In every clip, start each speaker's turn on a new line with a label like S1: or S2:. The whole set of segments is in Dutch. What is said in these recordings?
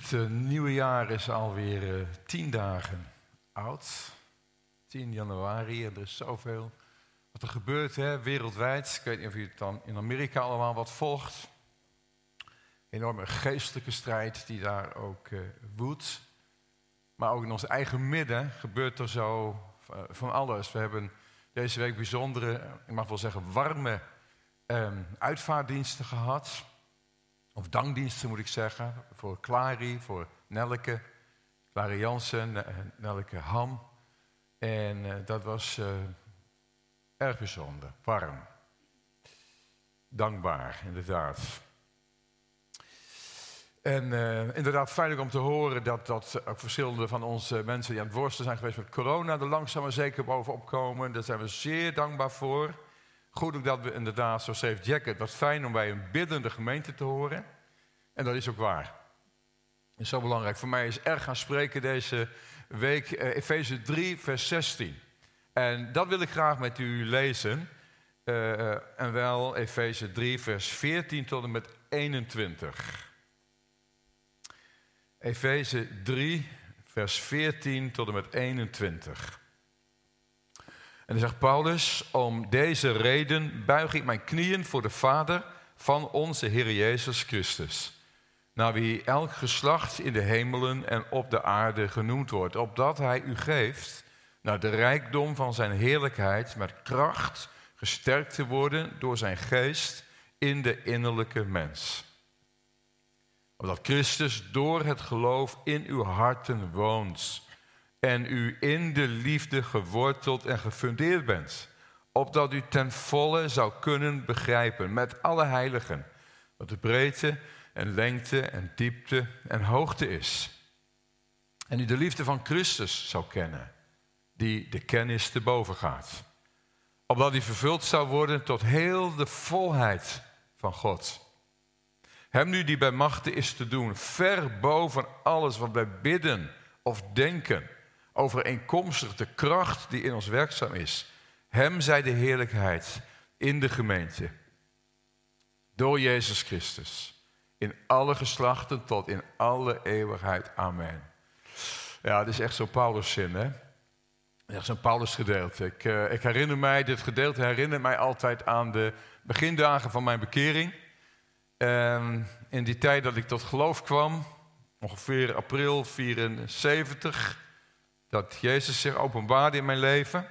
S1: Het nieuwe jaar is alweer 10 dagen oud. 10 januari en er is zoveel wat er gebeurt wereldwijd. Ik weet niet of u het dan in Amerika allemaal wat volgt. Enorme geestelijke strijd die daar ook woedt. Maar ook in ons eigen midden gebeurt er zo van alles. We hebben deze week bijzondere, ik mag wel zeggen warme uitvaartdiensten gehad. Of dankdiensten moet ik zeggen, voor Clary, voor Nelleke, Clary Jansen, Nelleke Ham. En dat was erg bijzonder, warm. Dankbaar, inderdaad. En inderdaad fijn om te horen dat ook verschillende van onze mensen die aan het worstelen zijn geweest met corona er langzaam maar zeker bovenop komen. Daar zijn we zeer dankbaar voor. Goed ook dat we inderdaad, zo schreef Jack, het was fijn om bij een biddende gemeente te horen. En dat is ook waar. Dat is zo belangrijk. Voor mij is erg gaan spreken deze week Efeze 3 vers 16. En dat wil ik graag met u lezen. En wel Efeze 3 vers 14 tot en met 21. Efeze 3 vers 14 tot en met 21. En dan zegt Paulus, om deze reden buig ik mijn knieën voor de Vader van onze Heer Jezus Christus. Naar wie elk geslacht in de hemelen en op de aarde genoemd wordt. Opdat hij u geeft naar de rijkdom van zijn heerlijkheid met kracht gesterkt te worden door zijn geest in de innerlijke mens. Opdat Christus door het geloof in uw harten woont. En u in de liefde geworteld en gefundeerd bent. Opdat u ten volle zou kunnen begrijpen met alle heiligen. Wat de breedte en lengte en diepte en hoogte is. En u de liefde van Christus zou kennen. Die de kennis te boven gaat. Opdat u vervuld zou worden tot heel de volheid van God. Hem nu die bij machte is te doen. Ver boven alles wat wij bidden of denken. Overeenkomstig de kracht die in ons werkzaam is. Hem zij de heerlijkheid in de gemeente. Door Jezus Christus. In alle geslachten tot in alle eeuwigheid. Amen. Ja, dit is echt zo'n Pauluszin, hè? Echt zo'n Paulusgedeelte. Ik herinner mij, dit gedeelte herinnert mij altijd aan de begindagen van mijn bekering. In die tijd dat ik tot geloof kwam, ongeveer april 74, dat Jezus zich openbaarde in mijn leven.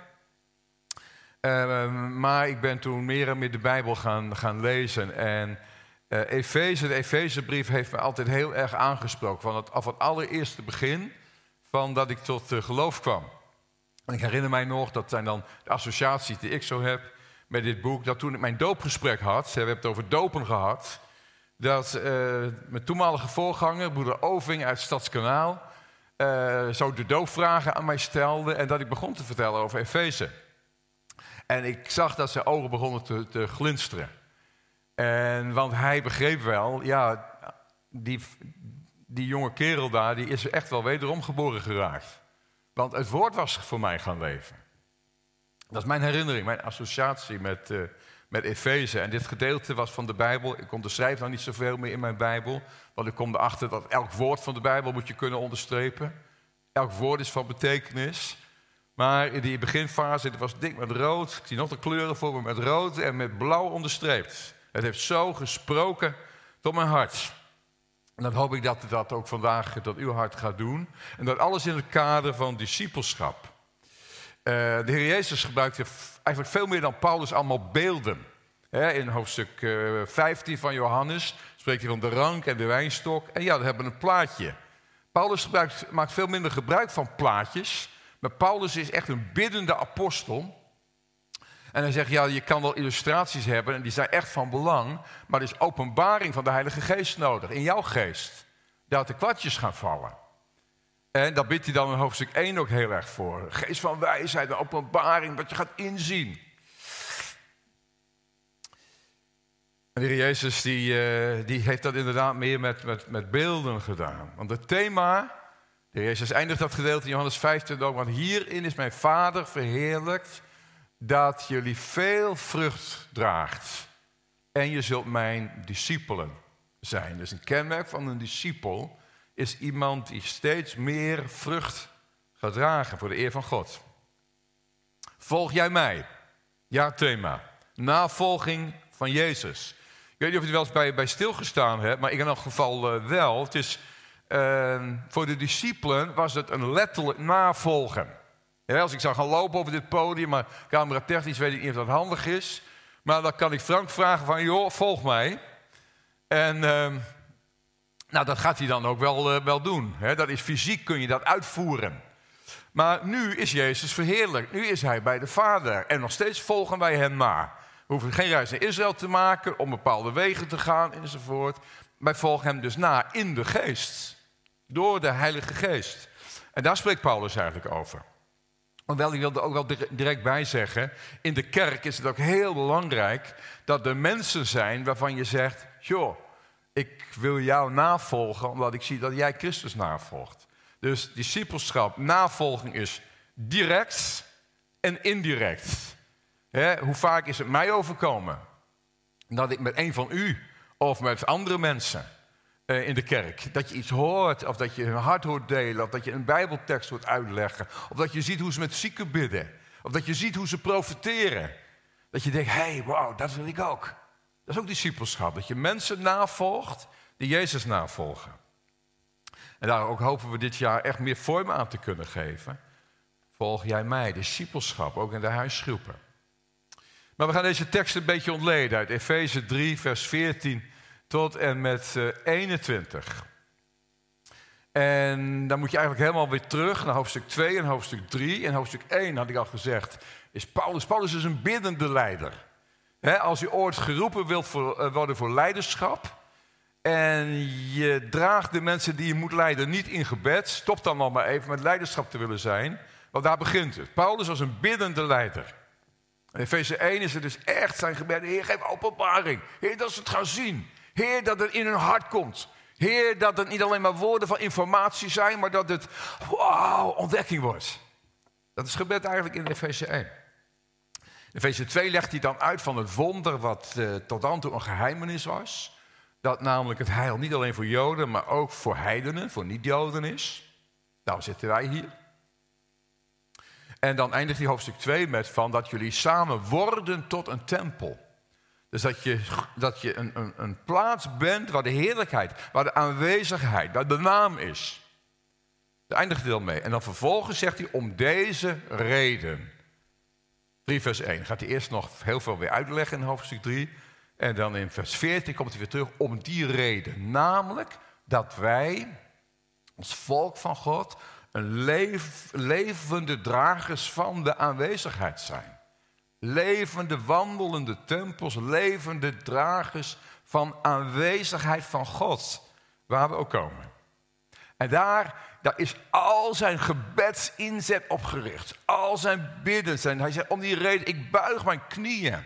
S1: Maar ik ben toen meer en meer de Bijbel gaan lezen. En de Efezebrief heeft me altijd heel erg aangesproken. Van het allereerste begin van dat ik tot geloof kwam. En ik herinner mij nog, dat zijn dan de associaties die ik zo heb met dit boek. Dat toen ik mijn doopgesprek had, we hebben het over dopen gehad. Dat mijn toenmalige voorganger, broeder Oving uit Stadskanaal, zo de doopvragen aan mij stelde. En dat ik begon te vertellen over Efeze. En ik zag dat zijn ogen begonnen te glinsteren. Want hij begreep wel, ja, die jonge kerel daar, die is echt wel wederom geboren geraakt. Want het woord was voor mij gaan leven. Dat is mijn herinnering, mijn associatie met Efeze. En dit gedeelte was van de Bijbel. Ik onderschrijf nou niet zoveel meer in mijn Bijbel. Want ik kom erachter dat elk woord van de Bijbel moet je kunnen onderstrepen. Elk woord is van betekenis. Maar in die beginfase, het was dik met rood. Ik zie nog de kleuren voor me met rood en met blauw onderstreept. Het heeft zo gesproken tot mijn hart. En dan hoop ik dat het dat ook vandaag tot uw hart gaat doen. En dat alles in het kader van discipelschap. De Heer Jezus gebruikte eigenlijk veel meer dan Paulus allemaal beelden. In hoofdstuk 15 van Johannes spreekt hij van de rank en de wijnstok. En ja, we hebben een plaatje. Paulus maakt veel minder gebruik van plaatjes. Maar Paulus is echt een biddende apostel. En hij zegt, ja, je kan wel illustraties hebben en die zijn echt van belang. Maar er is openbaring van de Heilige Geest nodig, in jouw geest. Dat de kwartjes gaan vallen. En daar bidt hij dan in hoofdstuk 1 ook heel erg voor. Geest van wijsheid, de openbaring, dat je gaat inzien. En de Heer Jezus die heeft dat inderdaad meer met beelden gedaan. Want het thema, de Heer Jezus eindigt dat gedeelte in Johannes 15 ook. Want hierin is mijn Vader verheerlijkt dat jullie veel vrucht draagt. En je zult mijn discipelen zijn. Dus een kenmerk van een discipel is iemand die steeds meer vrucht gaat dragen voor de eer van God. Volg jij mij? Ja, thema. Navolging van Jezus. Ik weet niet of je er wel eens bij stilgestaan hebt, maar in elk geval wel. Het is, voor de discipelen was het een letterlijk navolgen. Ja, als ik zou gaan lopen over dit podium, maar cameratechnisch weet ik niet of dat handig is. Maar dan kan ik Frank vragen van, joh, volg mij. En dat gaat hij dan ook wel doen. Hè? Dat is fysiek, kun je dat uitvoeren. Maar nu is Jezus verheerlijkt. Nu is hij bij de Vader. En nog steeds volgen wij hem na. We hoeven geen reis naar Israël te maken, om bepaalde wegen te gaan enzovoort. Wij volgen hem dus na in de geest. Door de Heilige Geest. En daar spreekt Paulus eigenlijk over. Hoewel, ik wil er ook wel direct bij zeggen, in de kerk is het ook heel belangrijk dat er mensen zijn waarvan je zegt, joh, ik wil jou navolgen omdat ik zie dat jij Christus navolgt. Dus discipelschap, navolging is direct en indirect. Hoe vaak is het mij overkomen dat ik met een van u of met andere mensen in de kerk, dat je iets hoort of dat je hun hart hoort delen of dat je een bijbeltekst hoort uitleggen of dat je ziet hoe ze met zieken bidden of dat je ziet hoe ze profeteren. Dat je denkt, hey, wauw, dat wil ik ook. Dat is ook discipelschap, dat je mensen navolgt die Jezus navolgen. En daar ook hopen we dit jaar echt meer vorm aan te kunnen geven. Volg jij mij, discipelschap, ook in de huisgroepen. Maar we gaan deze tekst een beetje ontleden uit Efeze 3, vers 14 tot en met 21. En dan moet je eigenlijk helemaal weer terug naar hoofdstuk 2 en hoofdstuk 3. En hoofdstuk 1, had ik al gezegd, is Paulus. Paulus is een biddende leider. Als je ooit geroepen wilt worden voor leiderschap en je draagt de mensen die je moet leiden niet in gebed, stop dan nog maar even met leiderschap te willen zijn, want daar begint het. Paulus was een biddende leider. In Efeze 1 is het dus echt zijn gebed. Heer, geef openbaring. Heer, dat ze het gaan zien. Heer, dat het in hun hart komt. Heer, dat het niet alleen maar woorden van informatie zijn, maar dat het, wauw, ontdekking wordt. Dat is gebed eigenlijk in Efeze 1. In Efeze 2 legt hij dan uit van het wonder wat tot dan toe een geheimenis was. Dat namelijk het heil niet alleen voor Joden, maar ook voor heidenen, voor niet-Joden is. Daarom zitten wij hier. En dan eindigt hij hoofdstuk 2 met van dat jullie samen worden tot een tempel. Dus dat je een plaats bent waar de heerlijkheid, waar de aanwezigheid, waar de naam is. Daar eindigt hij dan mee. En dan vervolgens zegt hij om deze reden. 3 vers 1 gaat hij eerst nog heel veel weer uitleggen in hoofdstuk 3. En dan in vers 14 komt hij weer terug om die reden. Namelijk dat wij als volk van God een levende dragers van de aanwezigheid zijn. Levende, wandelende tempels, levende dragers van aanwezigheid van God, waar we ook komen. En daar is al zijn gebedsinzet op gericht. Al zijn bidden. Hij zegt om die reden, ik buig mijn knieën.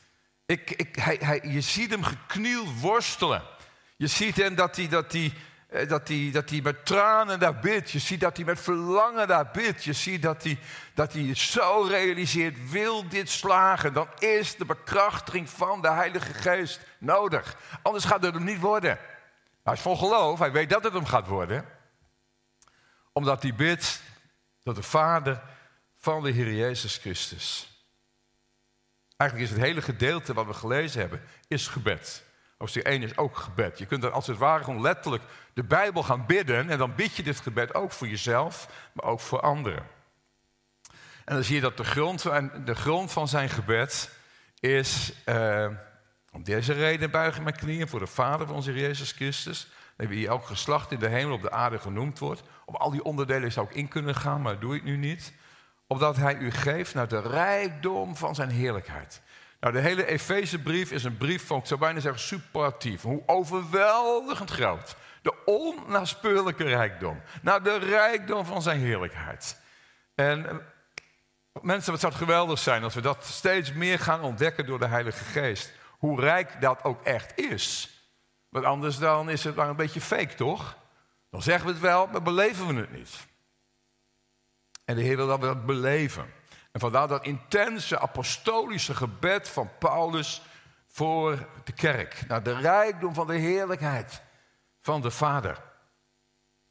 S1: Je ziet hem geknield worstelen. Je ziet hem dat hij met tranen daar bidt. Je ziet dat hij met verlangen daar bidt. Je ziet dat hij zo realiseert, wil dit slagen, dan is de bekrachtiging van de Heilige Geest nodig. Anders gaat het hem niet worden. Hij is vol geloof, hij weet dat het hem gaat worden. Omdat hij bidt tot de Vader van de Heer Jezus Christus. Eigenlijk is het hele gedeelte wat we gelezen hebben, is gebed. Hoofdstuk 1 is ook gebed. Je kunt dan als het ware gewoon letterlijk de Bijbel gaan bidden. En dan bid je dit gebed ook voor jezelf, maar ook voor anderen. En dan zie je dat de grond van zijn gebed is, om deze reden buigen mijn knieën voor de Vader van onze Heer Jezus Christus. Wie elk geslacht in de hemel op de aarde genoemd wordt. Op al die onderdelen zou ik in kunnen gaan, maar dat doe ik nu niet. Opdat hij u geeft naar de rijkdom van zijn heerlijkheid. Nou, de hele Efezebrief is een brief van, ik zou bijna zeggen, superlatief. Hoe overweldigend groot. De onnaspeurlijke rijkdom. Naar de rijkdom van zijn heerlijkheid. En mensen, wat zou het geweldig zijn als we dat steeds meer gaan ontdekken door de Heilige Geest. Hoe rijk dat ook echt is. Want anders dan is het maar een beetje fake, toch? Dan zeggen we het wel, maar beleven we het niet. En de Heer wil dat we dat beleven. En vandaar dat intense apostolische gebed van Paulus voor de kerk. Naar de rijkdom van de heerlijkheid van de Vader.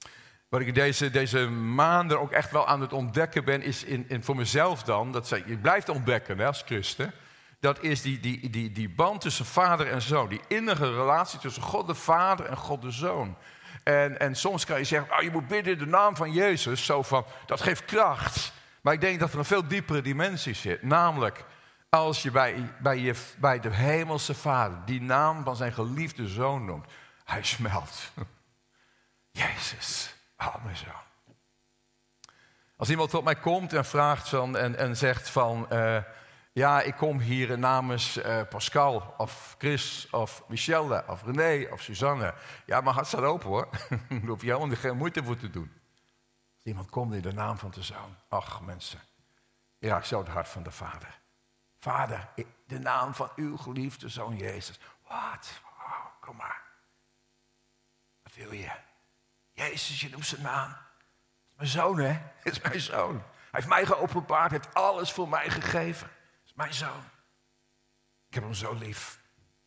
S1: Wat ik deze maanden ook echt wel aan het ontdekken ben, is voor mezelf dan, je blijft ontdekken hè, als christen, dat is die band tussen vader en zoon. Die innige relatie tussen God de Vader en God de Zoon. En soms kan je zeggen, je moet bidden in de naam van Jezus. Zo van, dat geeft kracht. Maar ik denk dat er een veel diepere dimensie zit. Namelijk, als je bij de hemelse Vader die naam van zijn geliefde Zoon noemt. Hij smelt. Jezus, mijn Zoon. Als iemand tot mij komt en vraagt en zegt van... ik kom hier namens Pascal of Chris of Michelle of René of Suzanne. Ja, mijn hart staat open hoor. Daar hoef je helemaal geen moeite voor te doen. Als iemand komt in de naam van de Zoon. Ach mensen, raak zo het hart van de Vader. Vader, in de naam van uw geliefde Zoon Jezus. Wat? Oh, kom maar. Wat wil je? Jezus, je noemt zijn naam. Het is mijn zoon hè, het is mijn zoon. Hij heeft mij geopenbaard, heeft alles voor mij gegeven. Mijn zoon. Ik heb hem zo lief.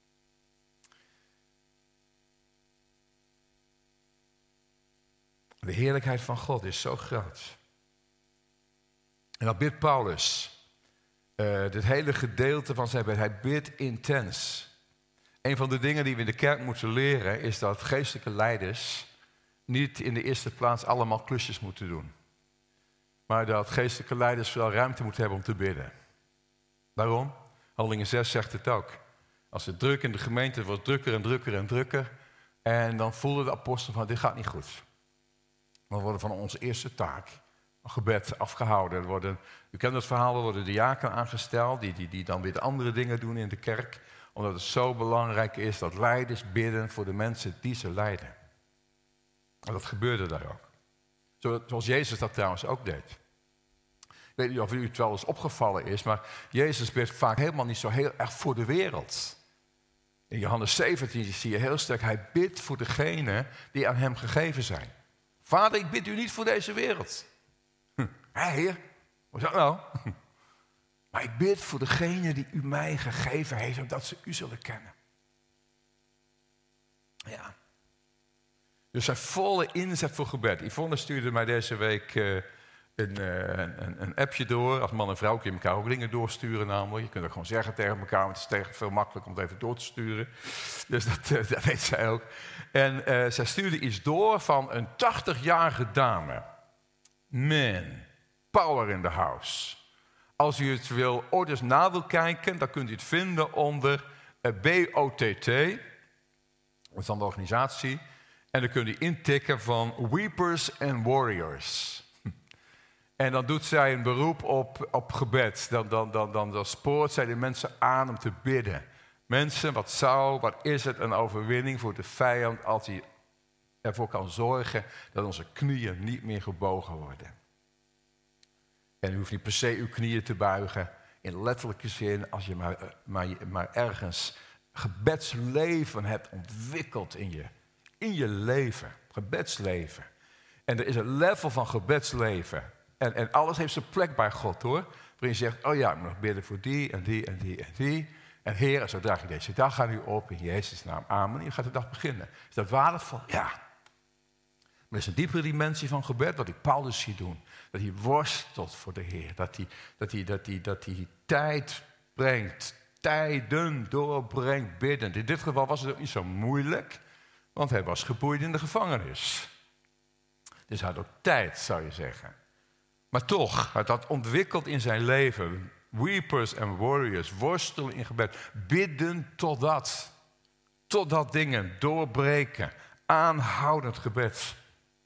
S1: De heerlijkheid van God is zo groot. En dat bidt Paulus. Dit hele gedeelte van zijn bid. Hij bidt intens. Een van de dingen die we in de kerk moeten leren is dat geestelijke leiders niet in de eerste plaats allemaal klusjes moeten doen. Maar dat geestelijke leiders wel ruimte moeten hebben om te bidden. Waarom? Handelingen 6 zegt het ook. Als het druk in de gemeente, het wordt drukker en drukker en drukker. En dan voelde de apostel van, dit gaat niet goed. Dan worden van onze eerste taak, een gebed, afgehouden. U kent het verhaal, er worden diakenen aangesteld, die dan weer andere dingen doen in de kerk. Omdat het zo belangrijk is dat leiders bidden voor de mensen die ze leiden. En dat gebeurde daar ook. Zoals Jezus dat trouwens ook deed. Ik weet niet of u het wel eens opgevallen is, maar Jezus bidt vaak helemaal niet zo heel erg voor de wereld. In Johannes 17 zie je heel sterk, hij bidt voor degenen die aan hem gegeven zijn. Vader, ik bid u niet voor deze wereld. Heer, wat is dat nou? Maar ik bid voor degenen die u mij gegeven heeft, zodat ze u zullen kennen. Ja. Dus zijn volle inzet voor gebed. Yvonne stuurde mij deze week een appje door. Als man en vrouw kun je elkaar ook dingen doorsturen namelijk. Je kunt ook gewoon zeggen tegen elkaar, maar het is tegen veel makkelijker om het even door te sturen. Dus dat weet zij ook. En zij stuurde iets door van een 80-jarige dame. Man, power in the house. Als u het ooit eens na wil kijken, dan kunt u het vinden onder BOTT. Dat is dan de organisatie. En dan kunt u intikken van Weepers and Warriors. En dan doet zij een beroep op gebed. Dan spoort zij de mensen aan om te bidden. Mensen, wat is het een overwinning voor de vijand als hij ervoor kan zorgen dat onze knieën niet meer gebogen worden. En u hoeft niet per se uw knieën te buigen in letterlijke zin als je maar ergens gebedsleven hebt ontwikkeld in je leven, gebedsleven. En er is een level van gebedsleven. En alles heeft zijn plek bij God hoor. Waarin je zegt, ik moet nog bidden voor die en die en die en die. En Heer, zo draag ik deze dag aan u op in Jezus' naam. Amen. En je gaat de dag beginnen. Is dat waardevol? Ja. Maar er is een diepere dimensie van gebed, wat ik Paulus zie doen. Dat hij worstelt voor de Heer. Dat hij tijd brengt, tijden doorbrengt bidden. In dit geval was het ook niet zo moeilijk, want hij was geboeid in de gevangenis. Dus hij had ook tijd, zou je zeggen. Maar toch, hij had ontwikkeld in zijn leven. Weepers and warriors, worstelen in gebed. Bidden totdat dingen doorbreken. Aanhoudend gebed.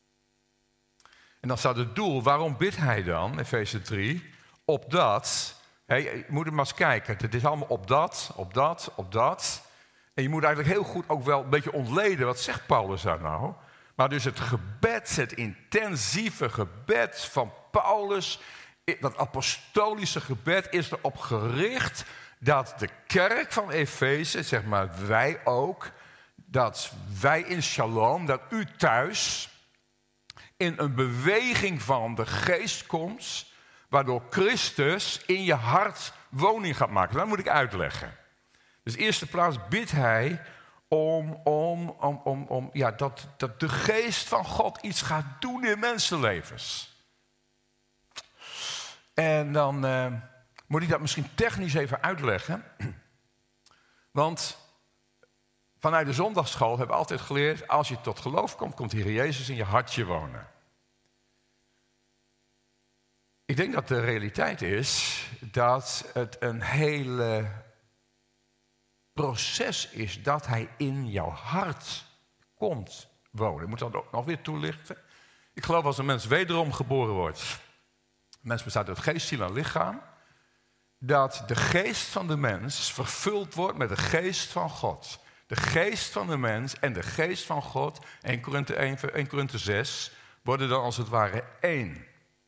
S1: En dan staat het doel, waarom bidt hij dan, Efeze 3? Opdat, je moet er maar eens kijken. Het is allemaal op dat. En je moet eigenlijk heel goed ook wel een beetje ontleden, wat zegt Paulus daar nou? Maar dus het gebed, het intensieve gebed van Paulus, dat apostolische gebed is erop gericht dat de kerk van Efeze, zeg maar wij ook, dat wij in Shalom, dat u thuis in een beweging van de geest komt, waardoor Christus in je hart woning gaat maken. Dat moet ik uitleggen. Dus in de eerste plaats bidt hij dat de geest van God iets gaat doen in mensenlevens. En dan moet ik dat misschien technisch even uitleggen. Want vanuit de zondagsschool hebben we altijd geleerd, als je tot geloof komt, komt de Heer Jezus in je hartje wonen. Ik denk dat de realiteit is dat het een hele proces is dat hij in jouw hart komt wonen. Ik moet dat ook nog weer toelichten. Ik geloof als een mens wederom geboren wordt, een mens bestaat uit geest, ziel en lichaam, dat de geest van de mens vervuld wordt met de geest van God. De geest van de mens en de geest van God, 1 Korinthe 6, worden dan als het ware één.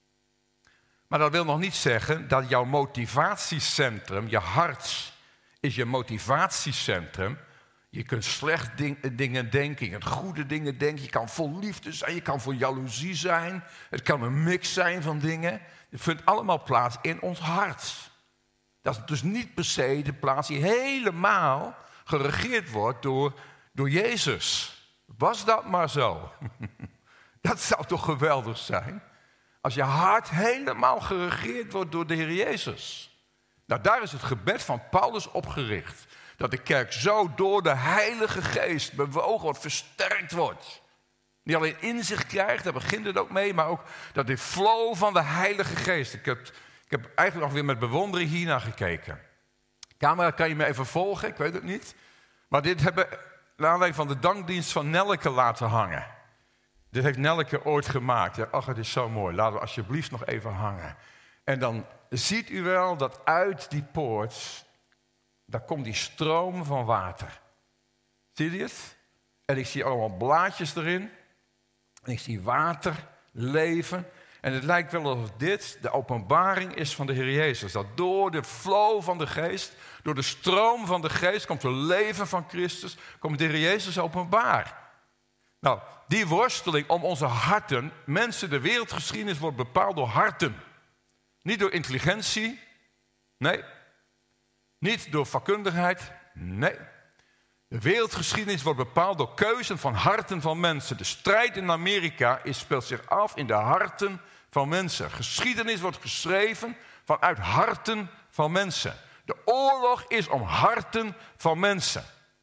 S1: Maar dat wil nog niet zeggen dat jouw motivatiecentrum, je hart, is je motivatiecentrum. Je kunt slecht dingen denken, je kunt goede dingen denken. Je kan vol liefde zijn, je kan vol jaloezie zijn. Het kan een mix zijn van dingen. Het vindt allemaal plaats in ons hart. Dat is dus niet per se de plaats die helemaal geregeerd wordt door Jezus. Was dat maar zo? Dat zou toch geweldig zijn? Als je hart helemaal geregeerd wordt door de Heer Jezus. Nou, daar is het gebed van Paulus op gericht. Dat de kerk zo door de Heilige Geest bewogen wordt, versterkt wordt. Niet alleen inzicht krijgt, daar begint het ook mee, maar ook dat de flow van de Heilige Geest. Ik heb eigenlijk nog weer met bewondering hiernaar gekeken. Camera, kan je me even volgen? Ik weet het niet. Maar dit hebben we naar aanleiding van de dankdienst van Nelleke laten hangen. Dit heeft Nelleke ooit gemaakt. Ja, ach, het is zo mooi. Laten we alsjeblieft nog even hangen. En dan ziet u wel dat uit die poort, daar komt die stroom van water. Zie je het? En ik zie allemaal blaadjes erin. En ik zie water, leven. En het lijkt wel alsof dit de openbaring is van de Heer Jezus. Dat door de flow van de geest, door de stroom van de geest, komt het leven van Christus, komt de Heer Jezus openbaar. Nou, die worsteling om onze harten, mensen, de wereldgeschiedenis wordt bepaald door harten. Niet door intelligentie, nee. Niet door vakkundigheid, nee. De wereldgeschiedenis wordt bepaald door keuzen van harten van mensen. De strijd in Amerika speelt zich af in de harten van mensen. Geschiedenis wordt geschreven vanuit harten van mensen. De oorlog is om harten van mensen.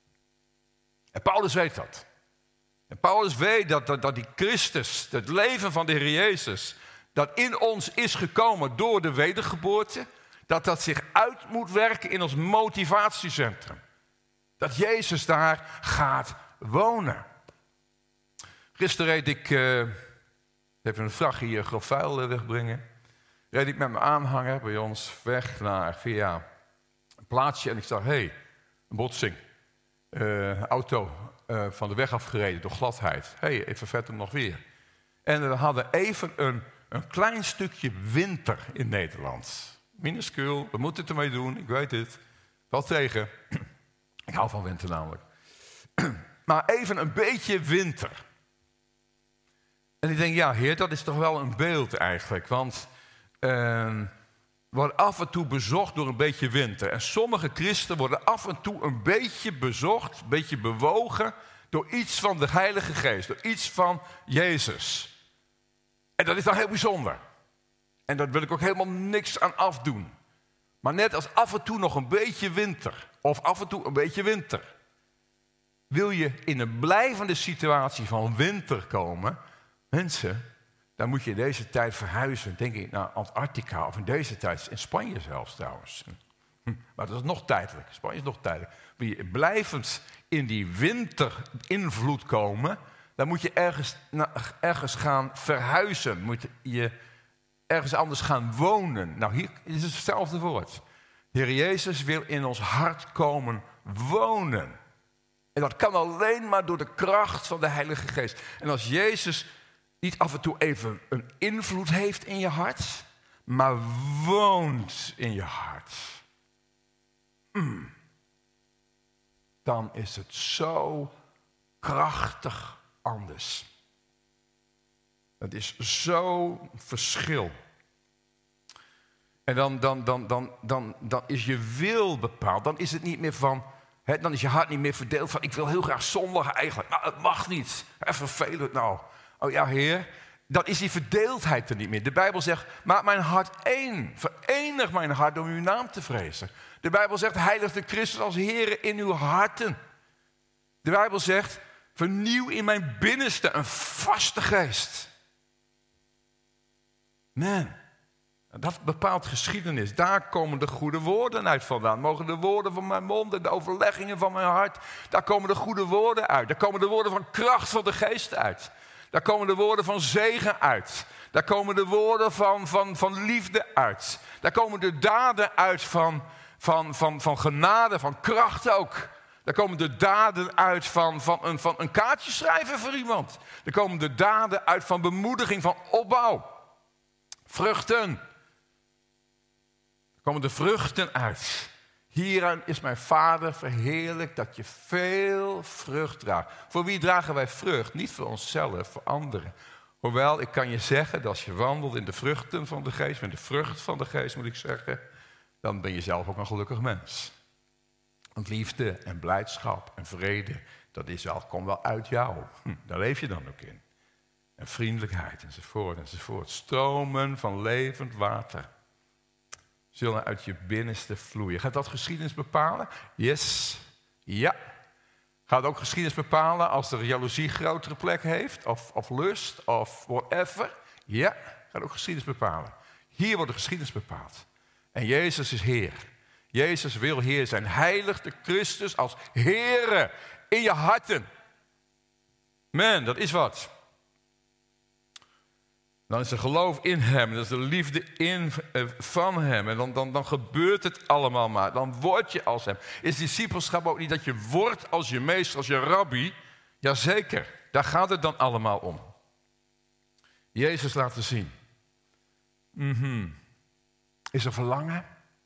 S1: En Paulus weet dat. En Paulus weet dat die Christus, het leven van de Heer Jezus, dat in ons is gekomen door de wedergeboorte, dat zich uit moet werken in ons motivatiecentrum. Dat Jezus daar gaat wonen. Gisteren reed ik, even een vrachtje hier grof vuil wegbrengen. Reed ik met mijn aanhanger bij ons weg via een plaatsje en ik zag, een botsing. Auto van de weg afgereden door gladheid. Even verder nog weer. En we hadden even een klein stukje winter in Nederland. Minuscuul, we moeten het ermee doen, ik weet het. Valt tegen. Ik hou van winter namelijk. Maar even een beetje winter. En ik denk, ja Heer, dat is toch wel een beeld eigenlijk. Want we worden af en toe bezocht door een beetje winter. En sommige christenen worden af en toe een beetje bezocht, een beetje bewogen door iets van de Heilige Geest, door iets van Jezus. En dat is dan heel bijzonder. En daar wil ik ook helemaal niks aan afdoen. Maar net als af en toe nog een beetje winter, of af en toe een beetje winter, wil je in een blijvende situatie van winter komen, mensen, dan moet je in deze tijd verhuizen, denk ik, naar Antarctica, of in deze tijd in Spanje zelfs trouwens. Maar dat is nog tijdelijk, Spanje is nog tijdelijk. Wil je blijvend in die winterinvloed komen, dan moet je ergens gaan verhuizen, moet je ergens anders gaan wonen. Nou, hier is hetzelfde woord. De Heer Jezus wil in ons hart komen wonen. En dat kan alleen maar door de kracht van de Heilige Geest. En als Jezus niet af en toe even een invloed heeft in je hart, maar woont in je hart, dan is het zo krachtig anders. Het is zo'n verschil. En dan is je wil bepaald. Dan is het niet meer van Dan is je hart niet meer verdeeld van, ik wil heel graag zondigen eigenlijk. Nou, het mag niet. Vervelend nou. Oh ja, Heer, dan is die verdeeldheid er niet meer. De Bijbel zegt, maak mijn hart één. Verenig mijn hart om uw naam te vrezen. De Bijbel zegt, heilig de Christus als Heer in uw harten. De Bijbel zegt, vernieuw in mijn binnenste een vaste geest. Man, dat bepaalt geschiedenis. Daar komen de goede woorden uit vandaan. Mogen de woorden van mijn mond en de overleggingen van mijn hart, daar komen de goede woorden uit. Daar komen de woorden van kracht van de geest uit. Daar komen de woorden van zegen uit. Daar komen de woorden van liefde uit. Daar komen de daden uit van genade, van kracht ook. Daar komen de daden uit van een kaartje schrijven voor iemand. Daar komen de daden uit van bemoediging, van opbouw. Vruchten. Er komen de vruchten uit. Hieraan is mijn Vader verheerlijk dat je veel vrucht draagt. Voor wie dragen wij vrucht? Niet voor onszelf, voor anderen. Hoewel, ik kan je zeggen dat als je wandelt in de vruchten van de geest, met de vrucht van de geest moet ik zeggen, dan ben je zelf ook een gelukkig mens. Want liefde en blijdschap en vrede, komt wel uit jou. Daar leef je dan ook in. En vriendelijkheid enzovoort enzovoort. Stromen van levend water zullen uit je binnenste vloeien. Gaat dat geschiedenis bepalen? Yes. Ja. Gaat ook geschiedenis bepalen als er jaloezie grotere plek heeft? Of lust? Of whatever? Ja. Gaat ook geschiedenis bepalen. Hier wordt de geschiedenis bepaald. En Jezus is Heer. Jezus wil Heer zijn. Heilig de Christus als Heere in je harten. Man, dat is wat. Dan is er geloof in hem. Dat is de liefde van hem. En dan gebeurt het allemaal maar. Dan word je als hem. Is discipelschap ook niet dat je wordt als je meester, als je rabbi? Jazeker, daar gaat het dan allemaal om. Jezus laten zien. Is er verlangen?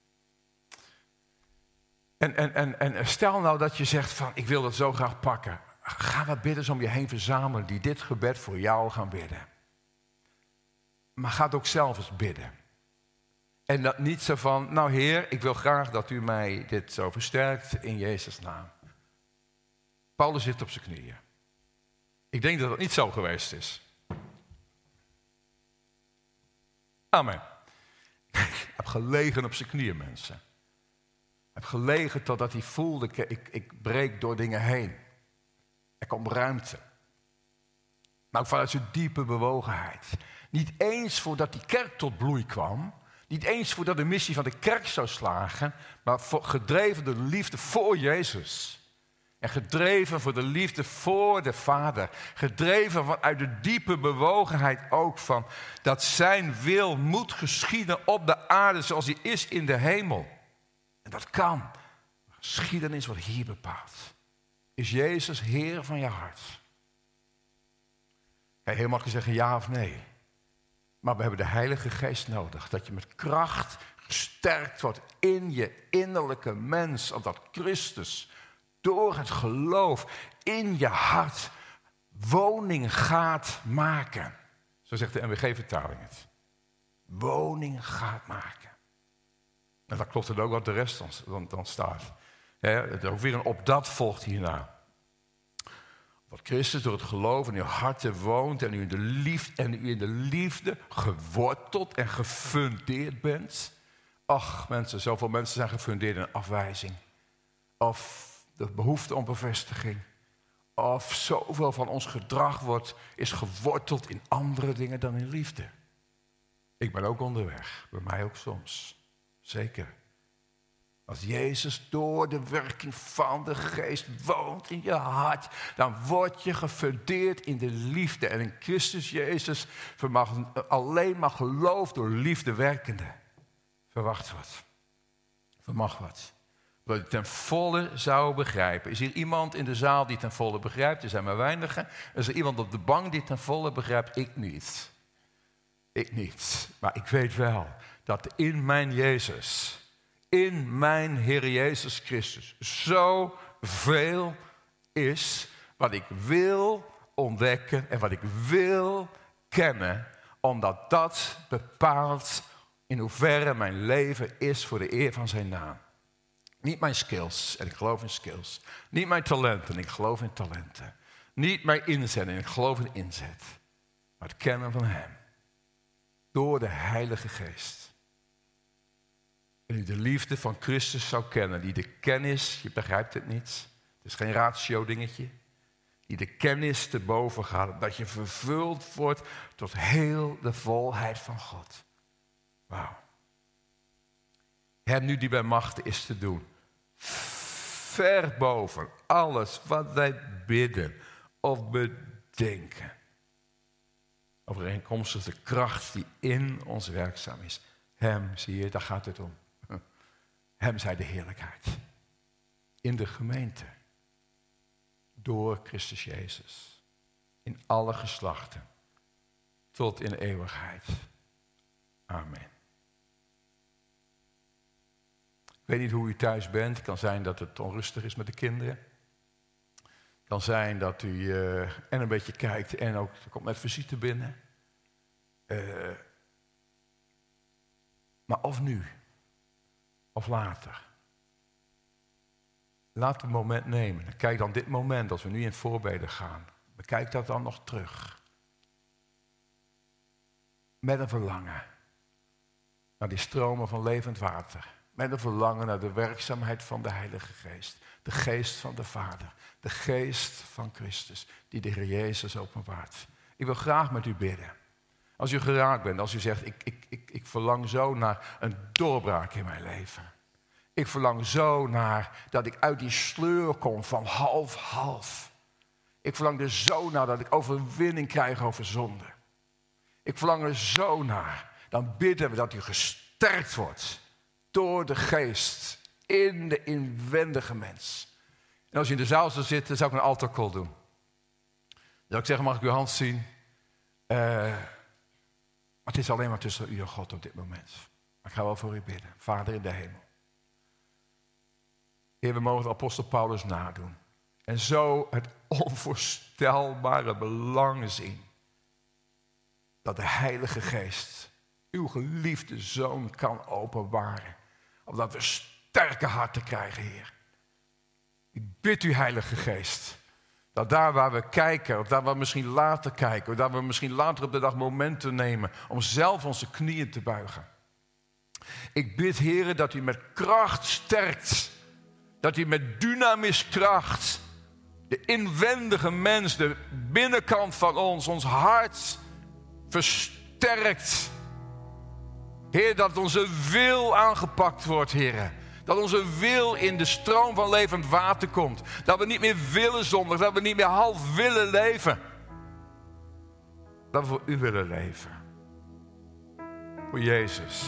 S1: En stel nou dat je zegt van, ik wil dat zo graag pakken. Ga wat bidders om je heen verzamelen die dit gebed voor jou gaan bidden. Maar ga het ook zelf eens bidden. En dat niet zo van, nou Heer, ik wil graag dat u mij dit zo versterkt in Jezus' naam. Paulus zit op zijn knieën. Ik denk dat het niet zo geweest is. Amen. Ik heb gelegen op zijn knieën, mensen. Ik heb gelegen totdat hij voelde, ik breek door dingen heen. Er komt ruimte. Maar ook vanuit zijn diepe bewogenheid. Niet eens voordat die kerk tot bloei kwam. Niet eens voordat de missie van de kerk zou slagen. Maar gedreven door de liefde voor Jezus. En gedreven voor de liefde voor de Vader. Gedreven vanuit de diepe bewogenheid ook van dat zijn wil moet geschieden op de aarde zoals hij is in de hemel. En dat kan. Geschiedenis wordt hier bepaald. Is Jezus Heer van je hart? Kan je heel makkelijk zeggen ja of nee. Maar we hebben de Heilige Geest nodig. Dat je met kracht gesterkt wordt in je innerlijke mens. Omdat Christus door het geloof in je hart woning gaat maken. Zo zegt de NBG-vertaling het. Woning gaat maken. En dat klopt het ook wat de rest dan staat. Het ook weer een opdat volgt hierna. Wat Christus door het geloof in uw harten woont en u in de liefde geworteld en gefundeerd bent. Ach mensen, zoveel mensen zijn gefundeerd in afwijzing. Of de behoefte om bevestiging. Of zoveel van ons gedrag is geworteld in andere dingen dan in liefde. Ik ben ook onderweg, bij mij ook soms. Zeker. Als Jezus door de werking van de geest woont in je hart, dan word je gefundeerd in de liefde. En in Christus Jezus vermag alleen maar geloof door liefde werkende. Verwacht wat. Vermag wat. Dat je ten volle zou begrijpen. Is hier iemand in de zaal die ten volle begrijpt? Er zijn maar weinigen. Is er iemand op de bank die ten volle begrijpt? Ik niet. Ik niet. Maar ik weet wel dat in mijn Jezus, in mijn Heer Jezus Christus, zoveel is wat ik wil ontdekken en wat ik wil kennen, omdat dat bepaalt in hoeverre mijn leven is voor de eer van zijn naam. Niet mijn skills, en ik geloof in skills. Niet mijn talenten, en ik geloof in talenten. Niet mijn inzet, en ik geloof in inzet. Maar het kennen van hem. Door de Heilige Geest. En u de liefde van Christus zou kennen. Die de kennis, je begrijpt het niet. Het is geen ratio dingetje. Die de kennis te boven gaat. Dat je vervuld wordt tot heel de volheid van God. Wauw. Hem nu die bij machten is te doen. Ver boven alles wat wij bidden of bedenken. Overeenkomstig de kracht die in ons werkzaam is. Hem, zie je, daar gaat het om. Hem zij de heerlijkheid. In de gemeente. Door Christus Jezus. In alle geslachten. Tot in eeuwigheid. Amen. Ik weet niet hoe u thuis bent. Het kan zijn dat het onrustig is met de kinderen. Het kan zijn dat u en een beetje kijkt en ook er komt met visite binnen. Maar of nu, of later. Laat het moment nemen. Kijk dan dit moment, als we nu in voorbeden gaan. Bekijk dat dan nog terug. Met een verlangen naar die stromen van levend water. Met een verlangen naar de werkzaamheid van de Heilige Geest. De Geest van de Vader. De Geest van Christus, die de Heer Jezus openbaart. Ik wil graag met u bidden. Als u geraakt bent, als u zegt, ik verlang zo naar een doorbraak in mijn leven. Ik verlang zo naar dat ik uit die sleur kom van half. Ik verlang er zo naar dat ik overwinning krijg over zonde. Ik verlang er zo naar. Dan bidden we dat u gesterkt wordt door de Geest in de inwendige mens. En als je in de zaal zou zitten, zou ik een altarcall doen. Dan zou ik zeggen, mag ik uw hand zien? Maar het is alleen maar tussen u en God op dit moment. Maar ik ga wel voor u bidden. Vader in de hemel. Heer, we mogen de apostel Paulus nadoen. En zo het onvoorstelbare belang zien. Dat de Heilige Geest uw geliefde Zoon kan openbaren. Opdat we sterke harten krijgen, Heer. Ik bid u, Heilige Geest. Dat daar waar we kijken, of daar waar we misschien later kijken, of daar we misschien later op de dag momenten nemen om zelf onze knieën te buigen. Ik bid, Heer, dat u met kracht sterkt. Dat u met dynamis kracht de inwendige mens, de binnenkant van ons hart versterkt. Heer, dat onze wil aangepakt wordt, Heer. Dat onze wil in de stroom van levend water komt. Dat we niet meer willen zondigen. Dat we niet meer half willen leven. Dat we voor u willen leven. Voor Jezus.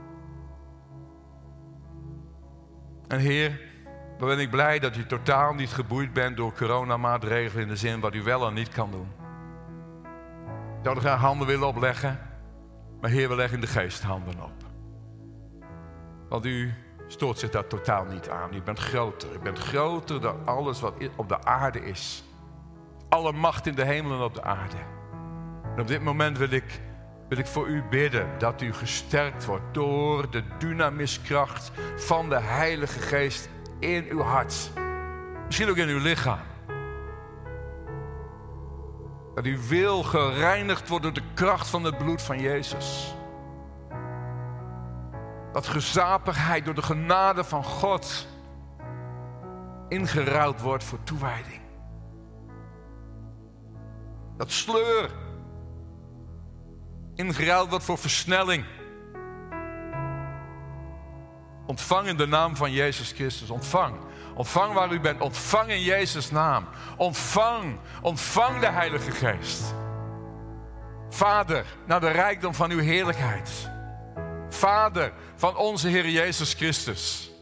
S1: En Heer, dan ben ik blij dat u totaal niet geboeid bent door coronamaatregelen in de zin wat u wel en niet kan doen. Ik zou er graag handen willen opleggen. Maar Heer, we leggen in de Geest handen op. Want u stoort zich daar totaal niet aan. U bent groter. U bent groter dan alles wat op de aarde is. Alle macht in de hemel en op de aarde. En op dit moment wil ik voor u bidden dat u gesterkt wordt door de dynamiskracht van de Heilige Geest in uw hart. Misschien ook in uw lichaam. Dat uw wil gereinigd wordt door de kracht van het bloed van Jezus. Dat gezapigheid door de genade van God ingeruild wordt voor toewijding. Dat sleur ingeruild wordt voor versnelling. Ontvang in de naam van Jezus Christus. Ontvang. Ontvang waar u bent. Ontvang in Jezus' naam. Ontvang de Heilige Geest. Vader, naar de rijkdom van uw heerlijkheid. Vader van onze Heer Jezus Christus.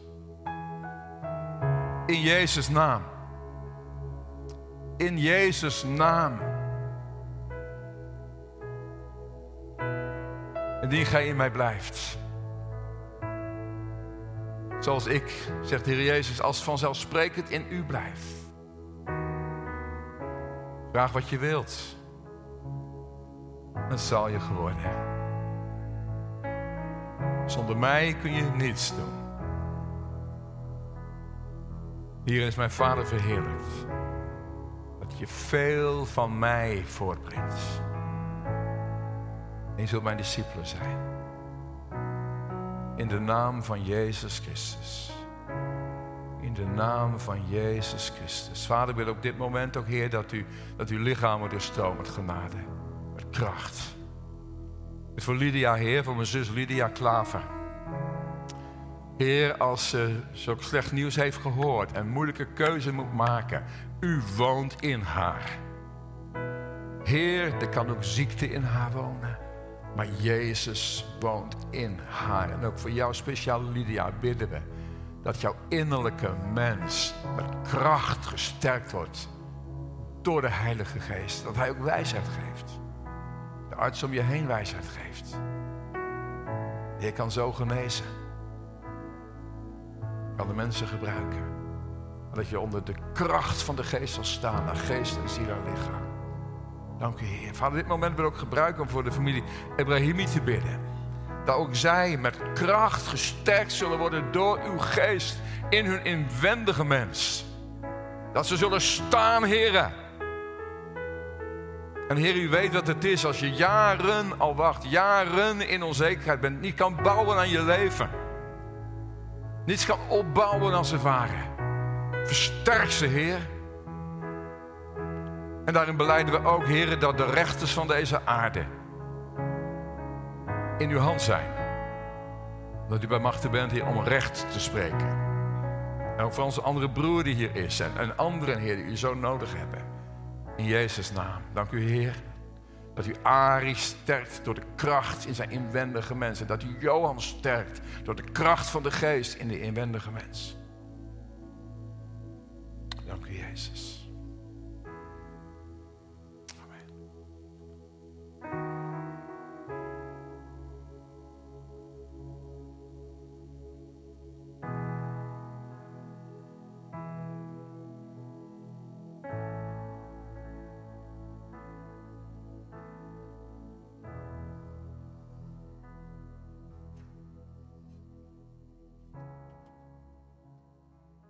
S1: In Jezus' naam. In Jezus' naam. Indien gij in mij blijft. Zoals ik, zegt de Heer Jezus, als vanzelfsprekend in u blijf. Vraag wat je wilt. Het zal je geworden. Zonder mij kun je niets doen. Hier is mijn Vader verheerlijkt. Dat je veel van mij voortbrengt. En je zult mijn discipelen zijn. In de naam van Jezus Christus. In de naam van Jezus Christus. Vader, wil op dit moment ook, Heer, dat uw lichamen doorstromen met genade. Met kracht. Dus voor Lydia, Heer, voor mijn zus Lydia Klaver. Heer, als ze zulk slecht nieuws heeft gehoord en moeilijke keuze moet maken. U woont in haar. Heer, er kan ook ziekte in haar wonen. Maar Jezus woont in haar. En ook voor jou speciaal, Lydia, bidden we dat jouw innerlijke mens met kracht gesterkt wordt door de Heilige Geest. Dat Hij ook wijsheid geeft. De arts om je heen wijsheid geeft. Je kan zo genezen. Kan de mensen gebruiken. Maar dat je onder de kracht van de Geest zal staan, naar geest en ziel en lichaam. Dank u, Heer. Vader, dit moment wil ik ook gebruiken om voor de familie Ebrahimi te bidden. Dat ook zij met kracht gesterkt zullen worden door uw geest in hun inwendige mens. Dat ze zullen staan, Heer. En Heer, u weet wat het is als je jaren al wacht, jaren in onzekerheid bent, niet kan bouwen aan je leven. Niets kan opbouwen als het ware. Versterk ze, Heer. En daarin belijden we ook, Heer, dat de rechters van deze aarde in uw hand zijn. Dat u bij machten bent, Heer, om recht te spreken. En ook voor onze andere broer die hier is. En anderen, Heer, die u zo nodig hebben. In Jezus' naam. Dank u, Heer. Dat u Arie sterkt door de kracht in zijn inwendige mens. En dat u Johan sterkt door de kracht van de geest in de inwendige mens. Dank u, Jezus.